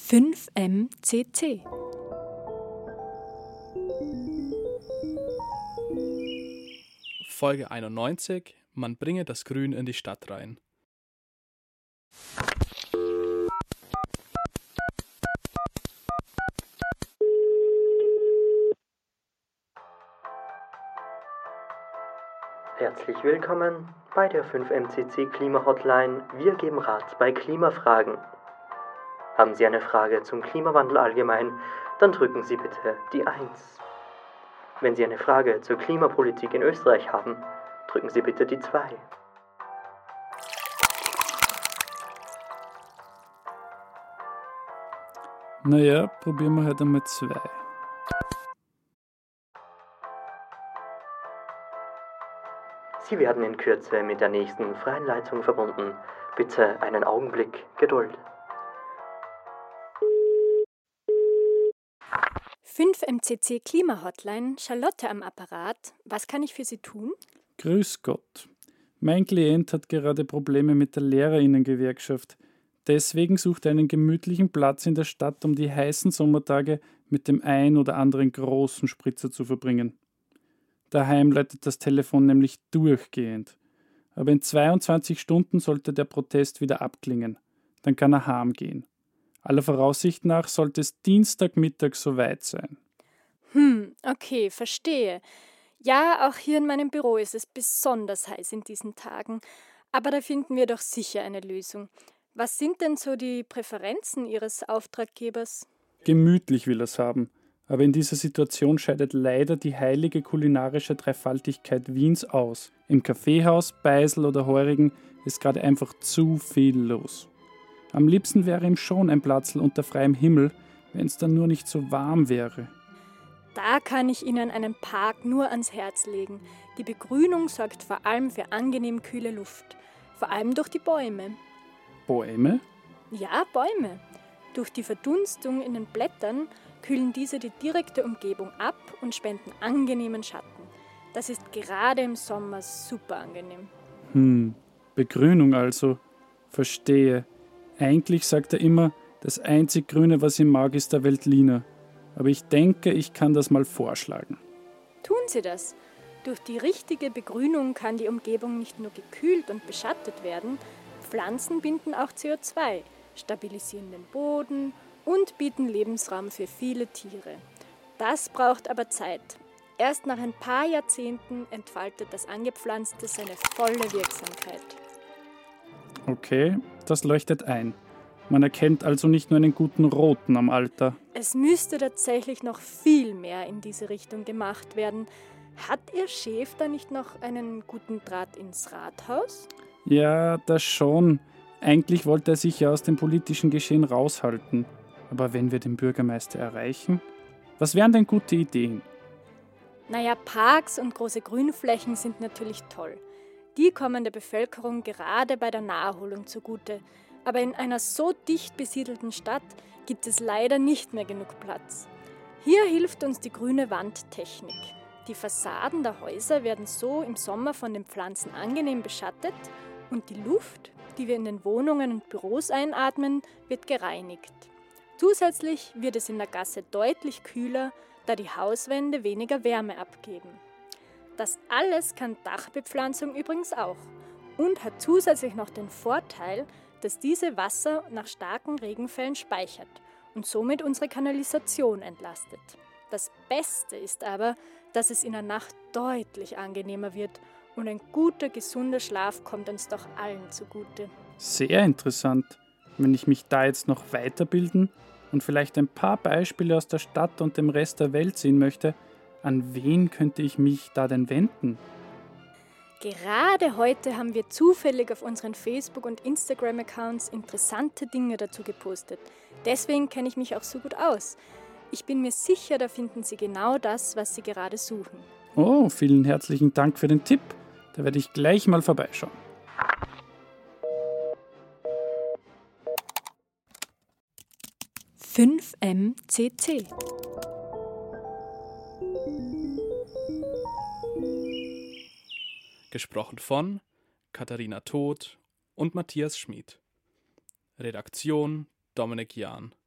5MCC. Folge 91: Man bringe das Grün in die Stadt rein. Herzlich willkommen bei der 5MCC Klima-Hotline. Wir geben Rat bei Klimafragen. Haben Sie eine Frage zum Klimawandel allgemein, dann drücken Sie bitte die 1. Wenn Sie eine Frage zur Klimapolitik in Österreich haben, drücken Sie bitte die 2. Naja, probieren wir halt einmal 2. Sie werden in Kürze mit der nächsten freien Leitung verbunden. Bitte einen Augenblick Geduld. 5MCC Klima-Hotline, Charlotte am Apparat. Was kann ich für Sie tun? Grüß Gott. Mein Klient hat gerade Probleme mit der Lehrerinnengewerkschaft. Deswegen sucht er einen gemütlichen Platz in der Stadt, um die heißen Sommertage mit dem ein oder anderen großen Spritzer zu verbringen. Daheim läutet das Telefon nämlich durchgehend. Aber in 22 Stunden sollte der Protest wieder abklingen. Dann kann er heimgehen. Aller Voraussicht nach sollte es Dienstagmittag soweit sein. Okay, verstehe. Ja, auch hier in meinem Büro ist es besonders heiß in diesen Tagen. Aber da finden wir doch sicher eine Lösung. Was sind denn so die Präferenzen Ihres Auftraggebers? Gemütlich will er es haben. Aber in dieser Situation scheidet leider die heilige kulinarische Dreifaltigkeit Wiens aus. Im Kaffeehaus, Beisel oder Heurigen ist gerade einfach zu viel los. Am liebsten wäre ihm schon ein Platzl unter freiem Himmel, wenn es dann nur nicht so warm wäre. Da kann ich Ihnen einen Park nur ans Herz legen. Die Begrünung sorgt vor allem für angenehm kühle Luft. Vor allem durch die Bäume. Bäume? Ja, Bäume. Durch die Verdunstung in den Blättern kühlen diese die direkte Umgebung ab und spenden angenehmen Schatten. Das ist gerade im Sommer super angenehm. Begrünung also. Verstehe. Eigentlich sagt er immer, das einzig Grüne, was ihm mag, ist der Veltliner. Aber ich denke, ich kann das mal vorschlagen. Tun Sie das. Durch die richtige Begrünung kann die Umgebung nicht nur gekühlt und beschattet werden, Pflanzen binden auch CO2, stabilisieren den Boden und bieten Lebensraum für viele Tiere. Das braucht aber Zeit. Erst nach ein paar Jahrzehnten entfaltet das Angepflanzte seine volle Wirksamkeit. Okay, das leuchtet ein. Man erkennt also nicht nur einen guten Roten am Alter. Es müsste tatsächlich noch viel mehr in diese Richtung gemacht werden. Hat Ihr Chef da nicht noch einen guten Draht ins Rathaus? Ja, das schon. Eigentlich wollte er sich ja aus dem politischen Geschehen raushalten. Aber wenn wir den Bürgermeister erreichen, was wären denn gute Ideen? Naja, Parks und große Grünflächen sind natürlich toll. Die kommen der Bevölkerung gerade bei der Naherholung zugute. Aber in einer so dicht besiedelten Stadt gibt es leider nicht mehr genug Platz. Hier hilft uns die grüne Wandtechnik. Die Fassaden der Häuser werden so im Sommer von den Pflanzen angenehm beschattet und die Luft, die wir in den Wohnungen und Büros einatmen, wird gereinigt. Zusätzlich wird es in der Gasse deutlich kühler, da die Hauswände weniger Wärme abgeben. Das alles kann Dachbepflanzung übrigens auch und hat zusätzlich noch den Vorteil, dass diese Wasser nach starken Regenfällen speichert und somit unsere Kanalisation entlastet. Das Beste ist aber, dass es in der Nacht deutlich angenehmer wird und ein guter, gesunder Schlaf kommt uns doch allen zugute. Sehr interessant. Wenn ich mich da jetzt noch weiterbilden und vielleicht ein paar Beispiele aus der Stadt und dem Rest der Welt sehen möchte, an wen könnte ich mich da denn wenden? Gerade heute haben wir zufällig auf unseren Facebook- und Instagram-Accounts interessante Dinge dazu gepostet. Deswegen kenne ich mich auch so gut aus. Ich bin mir sicher, da finden Sie genau das, was Sie gerade suchen. Oh, vielen herzlichen Dank für den Tipp. Da werde ich gleich mal vorbeischauen. .5MCC. Gesprochen von Katharina Todt und Matthias Schmid. Redaktion Dominik Jahn.